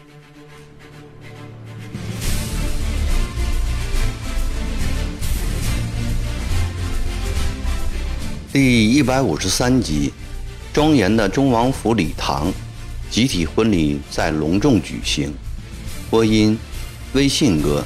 第153集，庄严的忠王府礼堂，集体婚礼在隆重举行。播音：微信哥。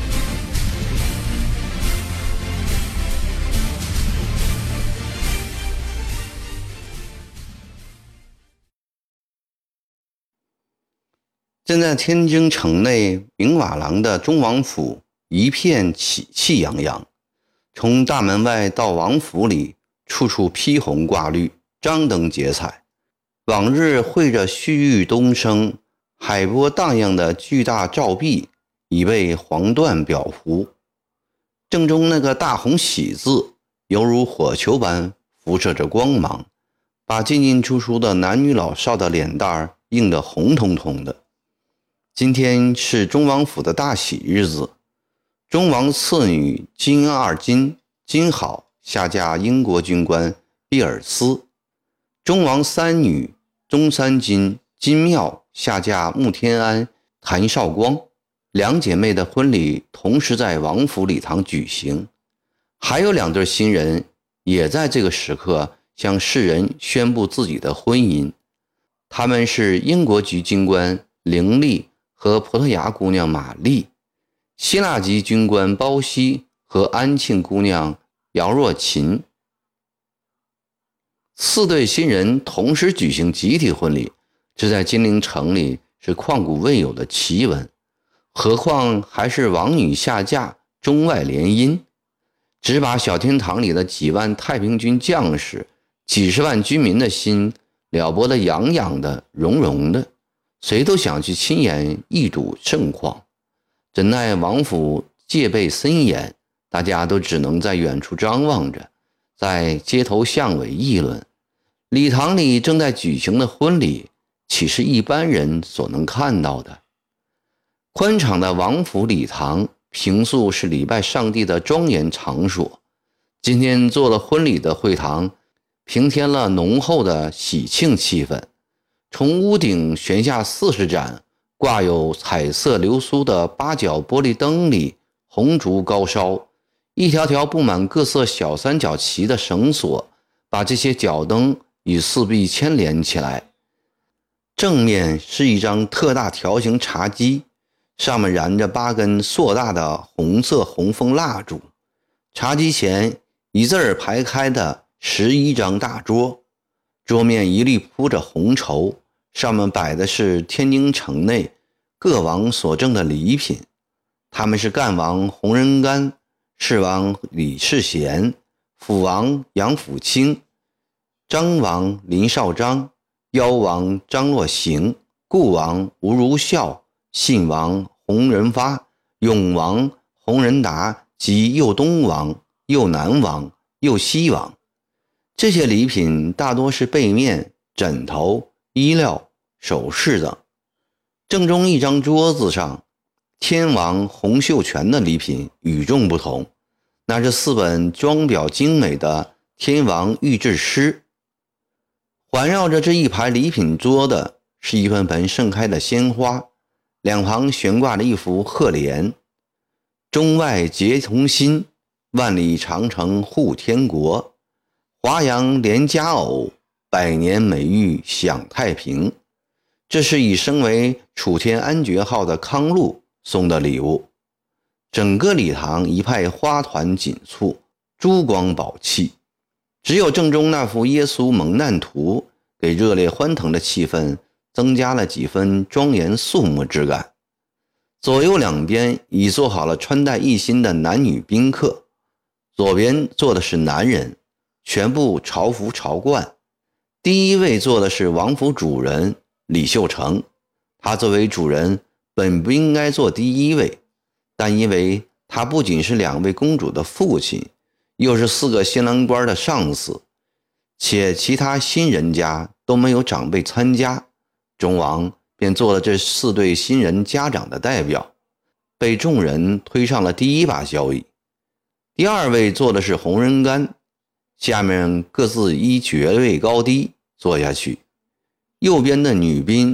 正在天津城内明瓦廊的忠王府，一片喜气洋洋。从大门外到王府里，处处披红挂绿，张灯结彩。往日绘着旭日东升、海波荡漾的巨大照壁已被黄缎裱糊，正中那个大红喜字犹如火球般辐射着光芒，把进进出出的男女老少的脸蛋映得红彤彤的。今天是忠王府的大喜日子，忠王次女金二金金好下嫁英国军官比尔斯，忠王三女中三金金妙下嫁穆天安谭绍光，两姐妹的婚礼同时在王府礼堂举行。还有2对新人也在这个时刻向世人宣布自己的婚姻，他们是英国籍军官凌厉和葡萄牙姑娘玛丽，希腊籍军官包西和安庆姑娘姚若琴。4对新人同时举行集体婚礼，这在金陵城里是旷古未有的奇闻，何况还是王女下嫁，中外联姻，只把小天堂里的几万太平军将士、几十万军民的心了拨得痒痒的、融融的，谁都想去亲眼一睹盛况。怎奈王府戒备森严，大家都只能在远处张望着，在街头巷尾议论。礼堂里正在举行的婚礼，岂是一般人所能看到的？宽敞的王府礼堂平素是礼拜上帝的庄严场所，今天做了婚礼的会堂平添了浓厚的喜庆气氛。从屋顶悬下40盏挂有彩色流苏的8角玻璃灯里，红烛高烧，一条条布满各色小三角旗的绳索把这些角灯与四壁牵连起来。正面是一张特大条形茶几，上面燃着8根硕大的红色红枫蜡烛。茶几前一字儿排开的11张大桌，桌面一律铺着红绸，上面摆的是天津城内各王所赠的礼品。他们是干王洪仁玕、世王李世贤、辅王杨辅清、张王林绍章、妖王张若行、顾王吴如孝、信王洪仁发、永王洪仁达及右东王、右南王、右西王。这些礼品大多是被面、枕头、衣料、首饰等。正中一张桌子上，天王洪秀全的礼品与众不同，那是4本装裱精美的天王御制诗。环绕着这一排礼品桌的是一盆盆盛开的鲜花，两旁悬挂着一幅鹤联：中外结同心，万里长城护天国，华阳连佳偶，百年美玉享太平。这是以升为楚天安爵号的康禄送的礼物。整个礼堂一派花团锦簇，珠光宝气，只有正中那幅耶稣蒙难图给热烈欢腾的气氛增加了几分庄严肃穆之感。左右两边已做好了穿戴一新的男女宾客，左边坐的是男人，全部朝服朝冠。第一位坐的是王府主人李秀成，他作为主人本不应该坐第一位，但因为他不仅是2位公主的父亲，又是4个新郎官的上司，且其他新人家都没有长辈参加，忠王便做了这4对新人家长的代表，被众人推上了第一把交椅。第2位坐的是洪仁玕，下面各自依爵位高低坐下去。右边的女宾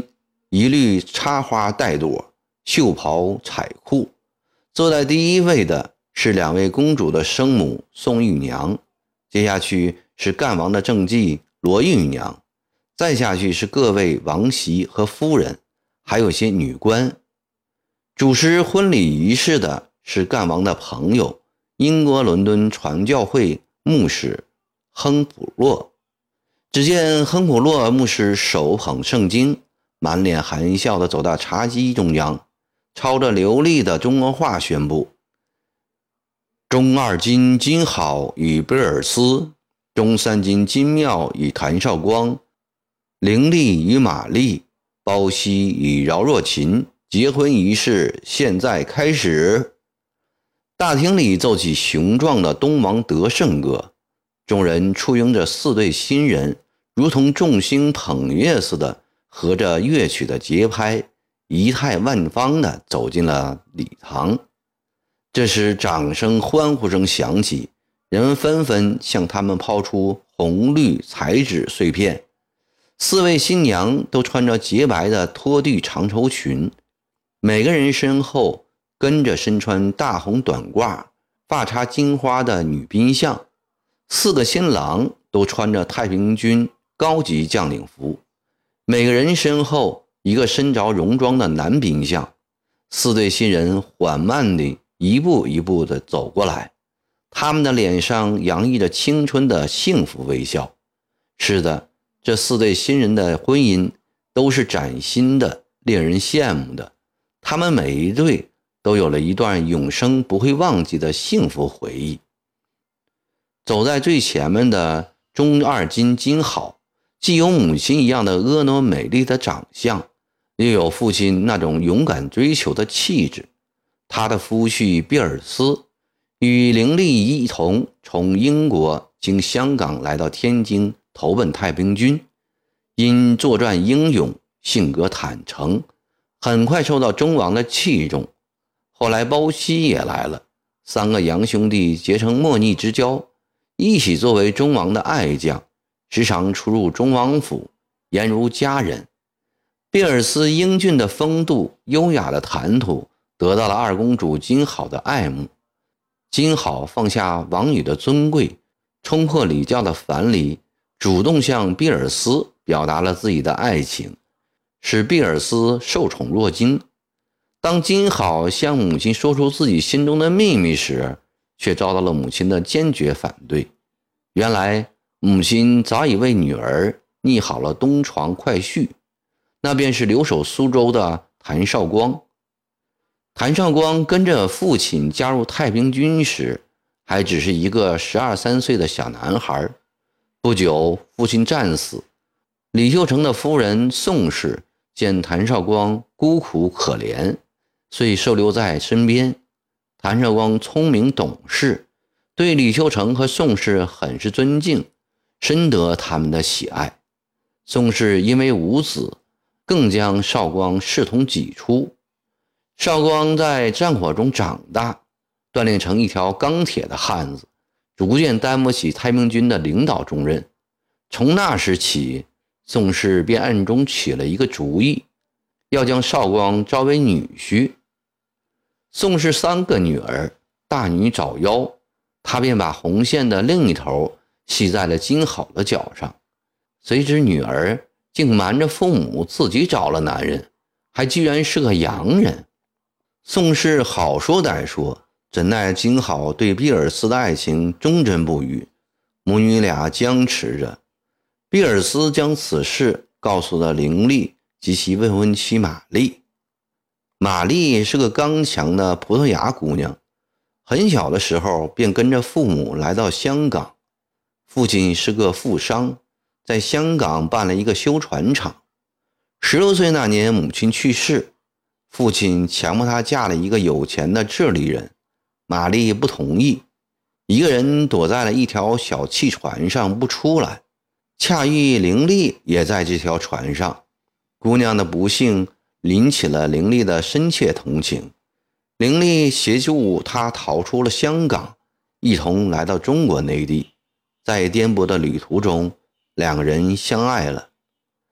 一律插花带朵，袖袍彩裤。坐在第一位的是2位公主的生母宋玉娘，接下去是干王的正妻罗玉娘，再下去是各位王媳和夫人，还有些女官。主持婚礼仪式的是干王的朋友，英国伦敦传教会牧师亨普洛。只见亨普洛牧师手捧圣经，满脸含笑地走到茶几中央，操着流利的中国话宣布：中2金金好与贝尔斯，中3金金妙与谭绍光，伶俐与玛丽，包希与饶若琴结婚仪式现在开始。大厅里奏起雄壮的东王得胜歌，众人簇拥着4对新人，如同众星捧月似的，合着乐曲的节拍，仪态万方地走进了礼堂。这时掌声欢呼声响起，人们纷纷向他们抛出红绿彩纸碎片。4位新娘都穿着洁白的拖地长绸裙，每个人身后跟着身穿大红短褂、发插金花的女宾相。4个新郎都穿着太平军高级将领服，每个人身后一个身着戎装的男宾相。4对新人缓慢地一步一步地走过来，他们的脸上洋溢着青春的幸福微笑。是的，这4对新人的婚姻都是崭新的，令人羡慕的。他们每一对都有了一段永生不会忘记的幸福回忆。走在最前面的中2金金好，既有母亲一样的婀娜美丽的长相，又有父亲那种勇敢追求的气质。他的夫婿比尔斯与伶俐一同从英国经香港来到天津投奔太平军，因作战英勇，性格坦诚，很快受到忠王的器重。后来包希也来了，3个洋兄弟结成莫逆之交，一起作为忠王的爱将，时常出入忠王府，俨如家人。比尔斯英俊的风度，优雅的谈吐，得到了2公主金好的爱慕。金好放下王女的尊贵，冲破礼教的樊篱，主动向比尔斯表达了自己的爱情，使比尔斯受宠若惊。当金好向母亲说出自己心中的秘密时，却遭到了母亲的坚决反对。原来母亲早已为女儿拟好了东床快婿，那便是留守苏州的谭绍光。谭绍光跟着父亲加入太平军时，还只是一个12、13岁的小男孩。不久，父亲战死，李秀成的夫人宋氏见谭绍光孤苦可怜，遂收留在身边。谭绍光聪明懂事，对李秀成和宋氏很是尊敬，深得他们的喜爱。宋氏因为无子，更将绍光视同己出。绍光在战火中长大，锻炼成一条钢铁的汉子，逐渐担不起太平军的领导重任。从那时起，宋氏便暗中起了一个主意，要将绍光招为女婿。宋氏3个女儿，大女早夭，他便把红线的另一头系在了金好的脚上。谁知女儿竟瞒着父母自己找了男人，还居然是个洋人。宋氏好说歹说，怎奈金好对比尔斯的爱情忠贞不渝，母女俩僵持着。比尔斯将此事告诉了伶俐及其未婚妻玛丽。玛丽是个刚强的葡萄牙姑娘，很小的时候便跟着父母来到香港。父亲是个富商，在香港办了一个修船厂。16岁那年，母亲去世，父亲强迫她嫁了一个有钱的智利人。玛丽不同意，一个人躲在了一条小汽船上不出来。恰遇伶俐也在这条船上，姑娘的不幸引起了伶俐的深切同情。伶俐协助她逃出了香港，一同来到中国内地。在颠簸的旅途中，2个人相爱了。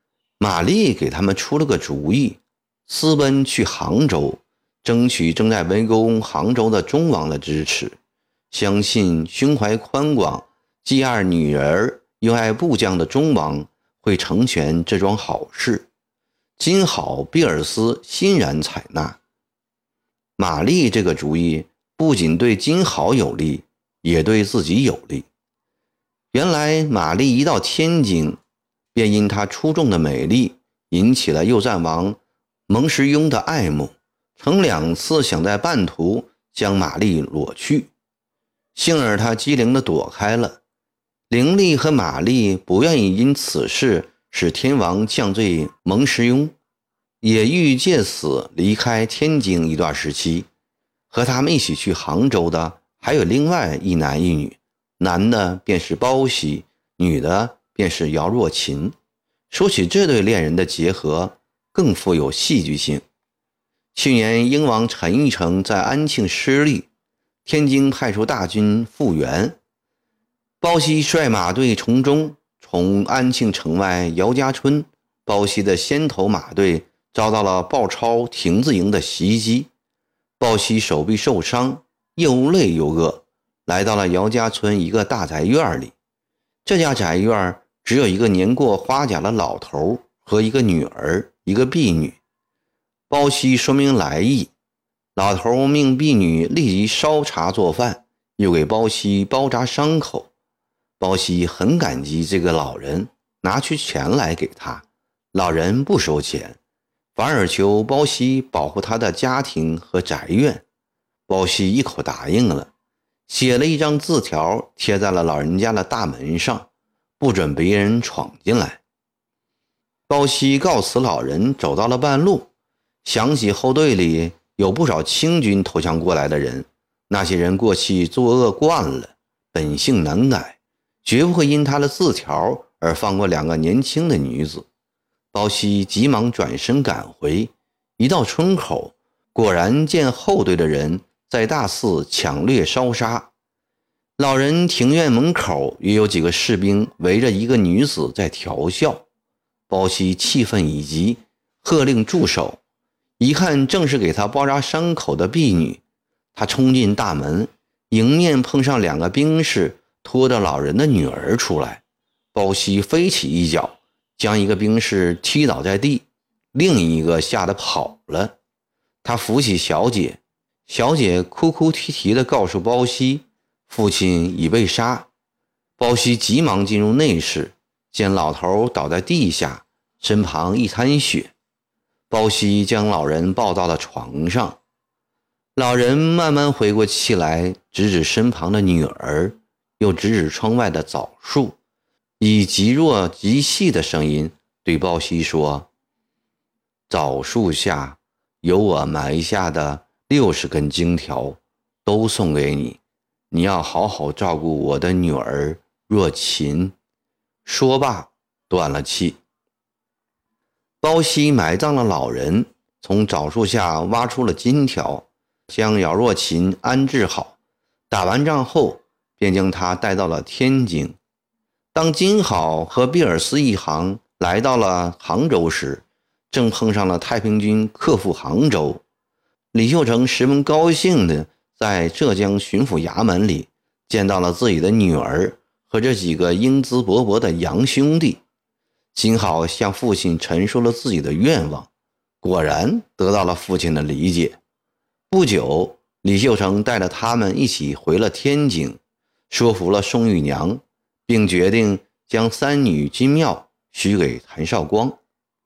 玛丽给他们出了个主意，私奔去杭州，争取正在围攻杭州的忠王的支持，相信胸怀宽广、既爱女儿又爱部将的忠王会成全这桩好事。金好、比尔斯欣然采纳。玛丽这个主意不仅对金好有利，也对自己有利。原来玛丽一到天津，便因她出众的美丽引起了右赞王蒙时雍的爱慕，曾2次想在半途将玛丽裸去，幸而他机灵地躲开了。伶俐和玛丽不愿意因此事使天王降罪蒙时雍，也欲借此离开天津一段时期。和他们一起去杭州的还有另外一男一女，男的便是包熙，女的便是姚若琴。说起这对恋人的结合，更富有戏剧性。去年英王陈玉成在安庆失利，天津派出大军复原，包熙率马队从中，从安庆城外姚家村，包熙的先头马队遭到了鲍超亭子营的袭击，包熙手臂受伤，又累又饿，来到了姚家村一个大宅院里。这家宅院只有一个年过花甲的老头和一个女儿，一个婢女。包熙说明来意，老头命婢女立即烧茶做饭，又给包熙包扎伤口。包熙很感激这个老人，拿去钱来给他，老人不收钱，反而求包熙保护他的家庭和宅院。包熙一口答应了，写了一张字条贴在了老人家的大门上，不准别人闯进来。包熙告辞老人，走到了半路，想起后队里有不少清军投降过来的人，那些人过去作恶惯了，本性难改，绝不会因他的字条而放过2个年轻的女子。包熙急忙转身赶回，一到村口，果然见后队的人在大肆抢掠烧杀。老人庭院门口也有几个士兵围着一个女子在调笑。包熙气愤已极，喝令住手。一看正是给他包扎伤口的婢女，他冲进大门，迎面碰上2个兵士拖着老人的女儿出来。包熙飞起一脚，将一个兵士踢倒在地，另一个吓得跑了。他扶起小姐，小姐哭哭啼啼地告诉包熙，父亲已被杀。包熙急忙进入内室，见老头倒在地下，身旁一滩血。包熙将老人抱到了床上，老人慢慢回过气来，指指身旁的女儿，又指指窗外的枣树，以极弱极细的声音对包熙说：枣树下有我埋下的60根金条，都送给你，你要好好照顾我的女儿若琴。说罢断了气。包熙埋葬了老人，从枣树下挖出了金条，将姚若琴安置好。打完仗后，便将她带到了天津。当金好和比尔斯一行来到了杭州时，正碰上了太平军克复杭州。李秀成十分高兴地在浙江巡抚衙门里见到了自己的女儿和这几个英姿勃勃的洋兄弟。金好向父亲陈述了自己的愿望，果然得到了父亲的理解。不久，李秀成带着他们一起回了天津，说服了宋玉娘，并决定将3女金庙许给谭绍光。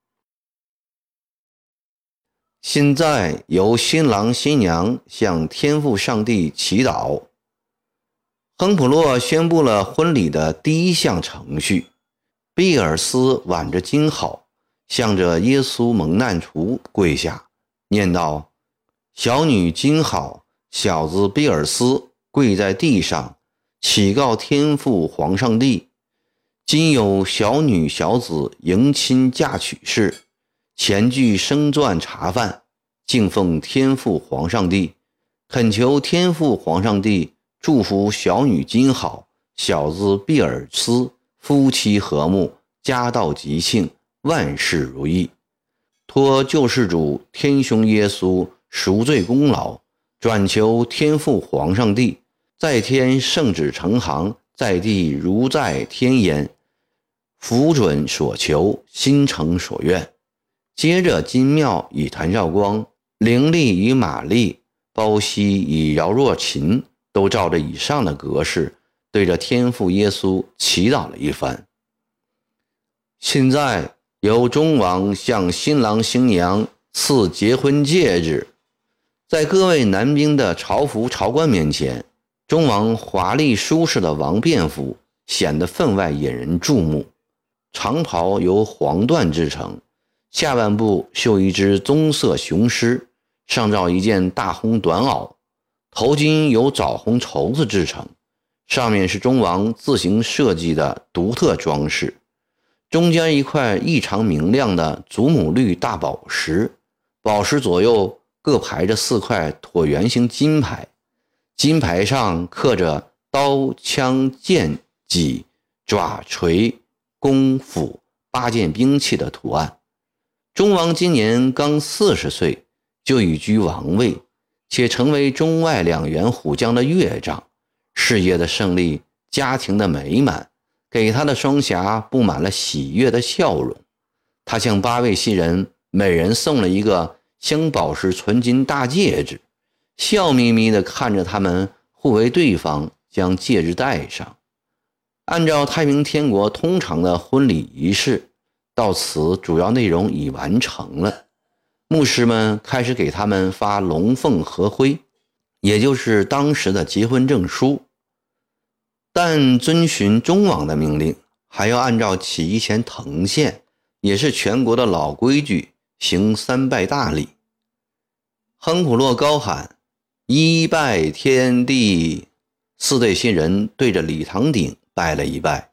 现在由新郎新娘向天父上帝祈祷。亨普洛宣布了婚礼的第一项程序。比尔斯挽着金好，向着耶稣蒙难橱跪下，念道：小女金好，小子比尔斯跪在地上，祈告天父皇上帝，今有小女小子迎亲嫁娶事，前具升馔茶饭，敬奉天父皇上帝，恳求天父皇上帝祝福小女金好，小子比尔斯夫妻和睦，家道吉庆， 万事如意。托救世主天兄耶稣赎罪功劳，转求天父皇上帝，在天圣旨成行，在地如在天焉，福准所求，心诚所愿。接着金妙与谭绍光，灵力与马力，包西与姚若琴都照着以上的格式，对着天父耶稣祈祷了一番。现在由中王向新郎新娘赐结婚戒指，在各位男宾的朝服朝冠面前，中王华丽舒适的王便服显得分外引人注目。长袍由黄缎制成，下半部绣一只棕色雄狮，上罩一件大红短袄，头巾由枣红绸子制成，上面是中王自行设计的独特装饰，中间一块异常明亮的祖母绿大宝石，宝石左右各排着4块椭圆形金牌，金牌上刻着刀枪剑戟爪锤弓斧8件兵器的图案。中王今年刚40岁，就已居王位，且成为中外两员虎将的岳丈，事业的胜利，家庭的美满，给他的双颊布满了喜悦的笑容。他向8位新人每人送了一个镶宝石纯金大戒指，笑眯眯地看着他们互为对方将戒指戴上。按照太平天国通常的婚礼仪式，到此主要内容已完成了。牧师们开始给他们发龙凤合徽，也就是当时的结婚证书。但遵循中王的命令，还要按照起义前藤县，也是全国的老规矩，行3拜大礼。亨普洛高喊1拜天地，4对新人对着礼堂顶拜了1拜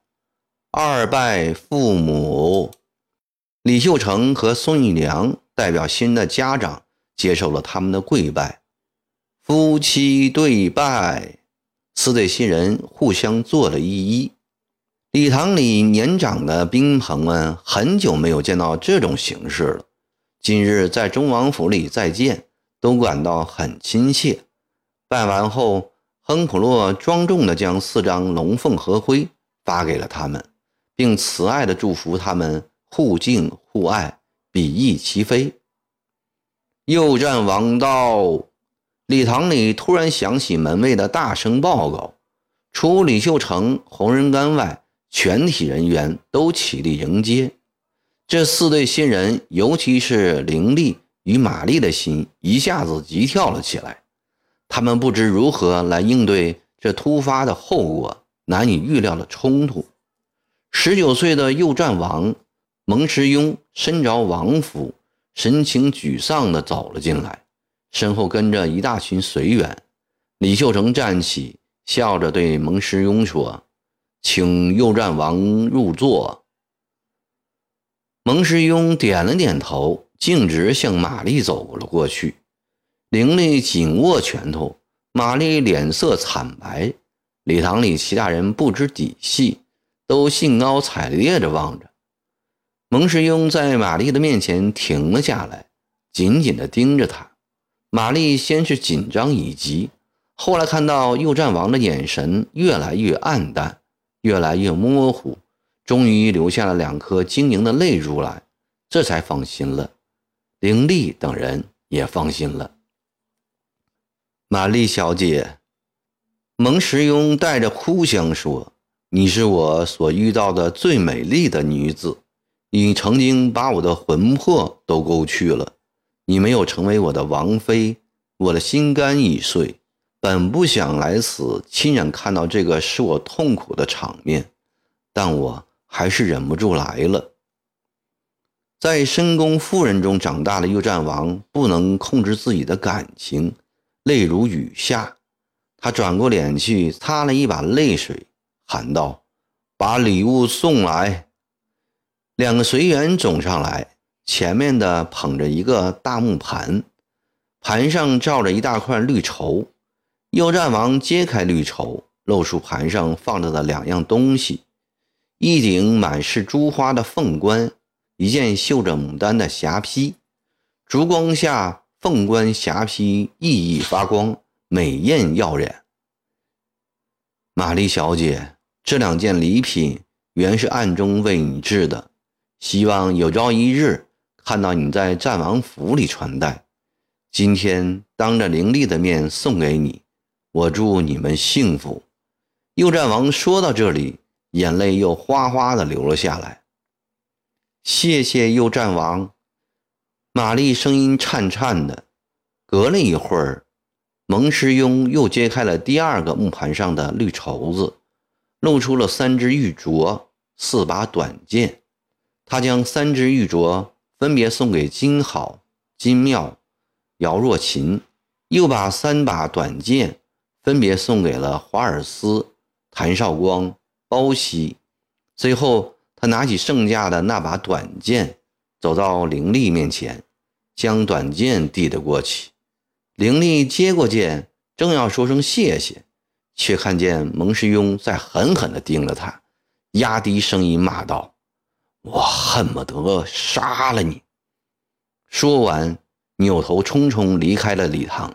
，2拜父母。李秀成和孙玉良代表新的家长接受了他们的跪拜，夫妻对拜，4对新人互相做了一揖。礼堂里年长的宾朋们很久没有见到这种形式了，今日在中王府里再见，都感到很亲切。拜完后，亨普洛庄重地将4张龙凤合徽发给了他们，并慈爱地祝福他们互敬互爱，比翼齐飞。右战王到！礼堂里突然响起门卫的大声报告，除李秀成、洪仁玕外，全体人员都起立迎接。这4对新人，尤其是凌丽与玛丽的心一下子急跳了起来。他们不知如何来应对这突发的后果，难以预料的冲突。19岁的右战王蒙时雍身着王服，神情沮丧地走了进来，身后跟着一大群随员。李秀成站起，笑着对蒙时雍说：“请右战王入座。”蒙时雍点了点头，径直向玛丽走了过去。凌厉紧握拳头，玛丽脸色惨白。礼堂里其他人不知底细，都兴高采烈地望着。蒙时雍在玛丽的面前停了下来，紧紧地盯着她。玛丽先是紧张以及，后来看到右战王的眼神越来越暗淡，越来越模糊，终于流下了2颗晶莹的泪珠来，这才放心了。凌厉等人也放心了。玛丽小姐，蒙时雍带着哭相说，你是我所遇到的最美丽的女子，你曾经把我的魂魄都勾去了，你没有成为我的王妃，我的心肝已碎，本不想来此亲眼看到这个使我痛苦的场面，但我还是忍不住来了。在深宫夫人中长大的右战王不能控制自己的感情，泪如雨下。他转过脸去，擦了一把泪水，喊道：“把礼物送来。”2个随员走上来，前面的捧着一个大木盘，盘上罩着一大块绿绸。右战王揭开绿绸，露出盘上放着的2样东西：一顶满是珠花的凤冠， 一件绣着牡丹的霞帔，烛光下凤冠霞帔熠熠发光，美艳耀眼。玛丽小姐，这2件礼品原是暗中为你制的，希望有朝一日看到你在战王府里穿戴。今天当着灵帝的面送给你，我祝你们幸福。右战王说到这里，眼泪又哗哗地流了下来。谢谢右战王。玛丽声音颤颤的。隔了一会儿，蒙师雍又揭开了第2个木盘上的绿绸子，露出了3只玉镯、4把短剑。他将3只玉镯分别送给金好、金妙、姚若琴，又把3把短剑分别送给了华尔斯、谭绍光、包熙。最后他拿起剩下的那把短剑，走到灵帝面前，将短剑递了过去。灵帝接过剑，正要说声谢谢，却看见蒙师雍在狠狠地盯着他，压低声音骂道：我恨不得杀了你。说完，扭头匆匆离开了礼堂。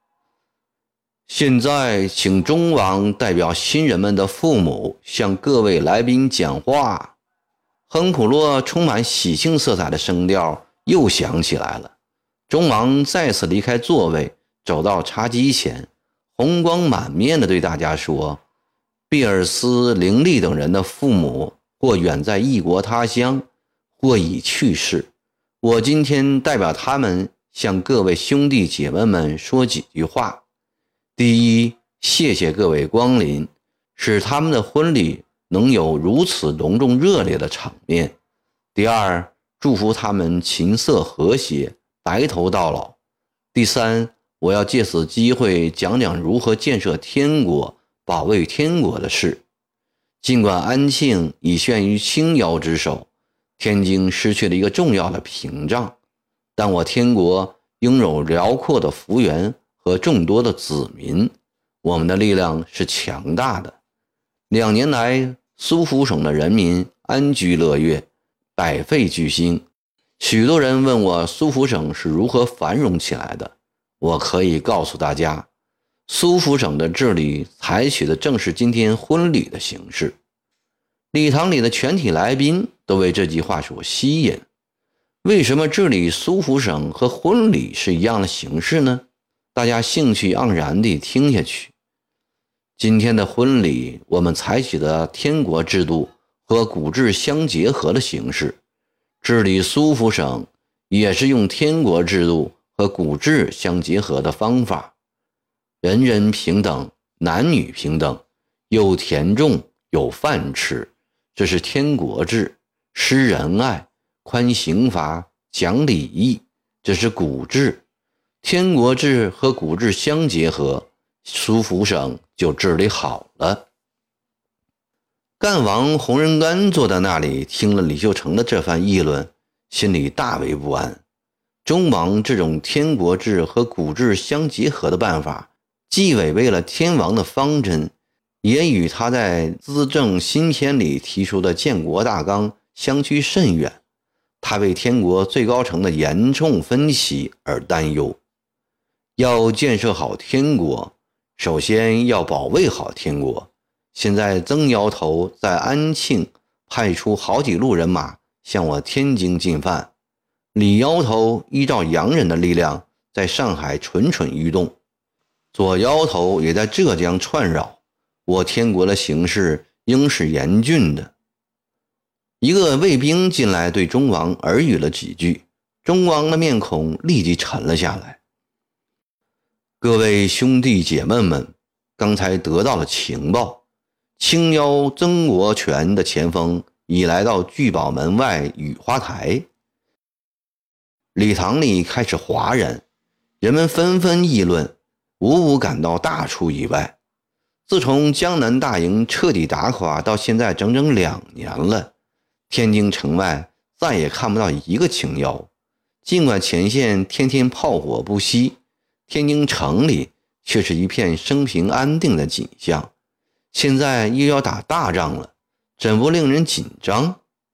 现在请忠王代表新人们的父母向各位来宾讲话。亨普洛充满喜庆色彩的声调又响起来了。忠王再次离开座位，走到茶几前，红光满面地对大家说：比尔斯、灵力等人的父母或远在异国他乡，或已去世。我今天代表他们向各位兄弟姐妹们说几句话。第一，谢谢各位光临，使他们的婚礼能有如此隆重热烈的场面。第二，祝福他们琴瑟和谐，白头到老。第三，我要借此机会讲讲如何建设天国、保卫天国的事。尽管安庆已陷于清妖之手，天津失去了一个重要的屏障，但我天国拥有辽阔的幅员和众多的子民，我们的力量是强大的。2年来，苏福省的人民安居乐业，百废俱兴。许多人问我苏福省是如何繁荣起来的，我可以告诉大家，苏福省的治理采取的正是今天婚礼的形式。礼堂里的全体来宾都为这句话所吸引。为什么治理苏福省和婚礼是一样的形式呢？大家兴趣盎然地听下去。今天的婚礼，我们采取的天国制度和古制相结合的形式，治理苏福省也是用天国制度和古制相结合的方法。人人平等，男女平等，有田种，有饭吃，这是天国制。施仁爱，宽刑罚，讲礼义，这是古制。天国制和古制相结合，苏福省就治理好了。干王洪仁玕坐在那里，听了李秀成的这番议论，心里大为不安。忠王这种天国制和古制相结合的办法，既违背了天王的方针，也与他在资政新篇里提出的建国大纲相去甚远。他为天国最高层的严重分歧而担忧。要建设好天国，首先要保卫好天国。现在曾摇头在安庆派出好几路人马向我天津进犯，李摇头依照洋人的力量在上海蠢蠢欲动，左摇头也在浙江串扰，我天国的形势应是严峻的。一个卫兵进来对忠王耳语了几句，忠王的面孔立即沉了下来。各位兄弟姐妹们，刚才得到了情报，清妖曾国荃的前锋已来到聚宝门外雨花台。礼堂里开始哗然，人们纷纷议论，无不感到大出意外。自从江南大营彻底打垮到现在整整2年了，天津城外再也看不到一个清妖。尽管前线天天炮火不息，天津城里却是一片生平安定的景象。现在又要打大仗了，怎不令人紧张？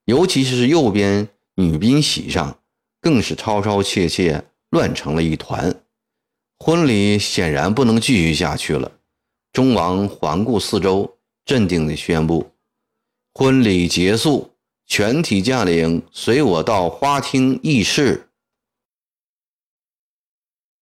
尤其是右边女宾席上，更是吵吵切切，乱成了一团。婚礼显然不能继续下去了。忠王环顾四周，镇定地宣布：婚礼结束，全体将领随我到花厅议事。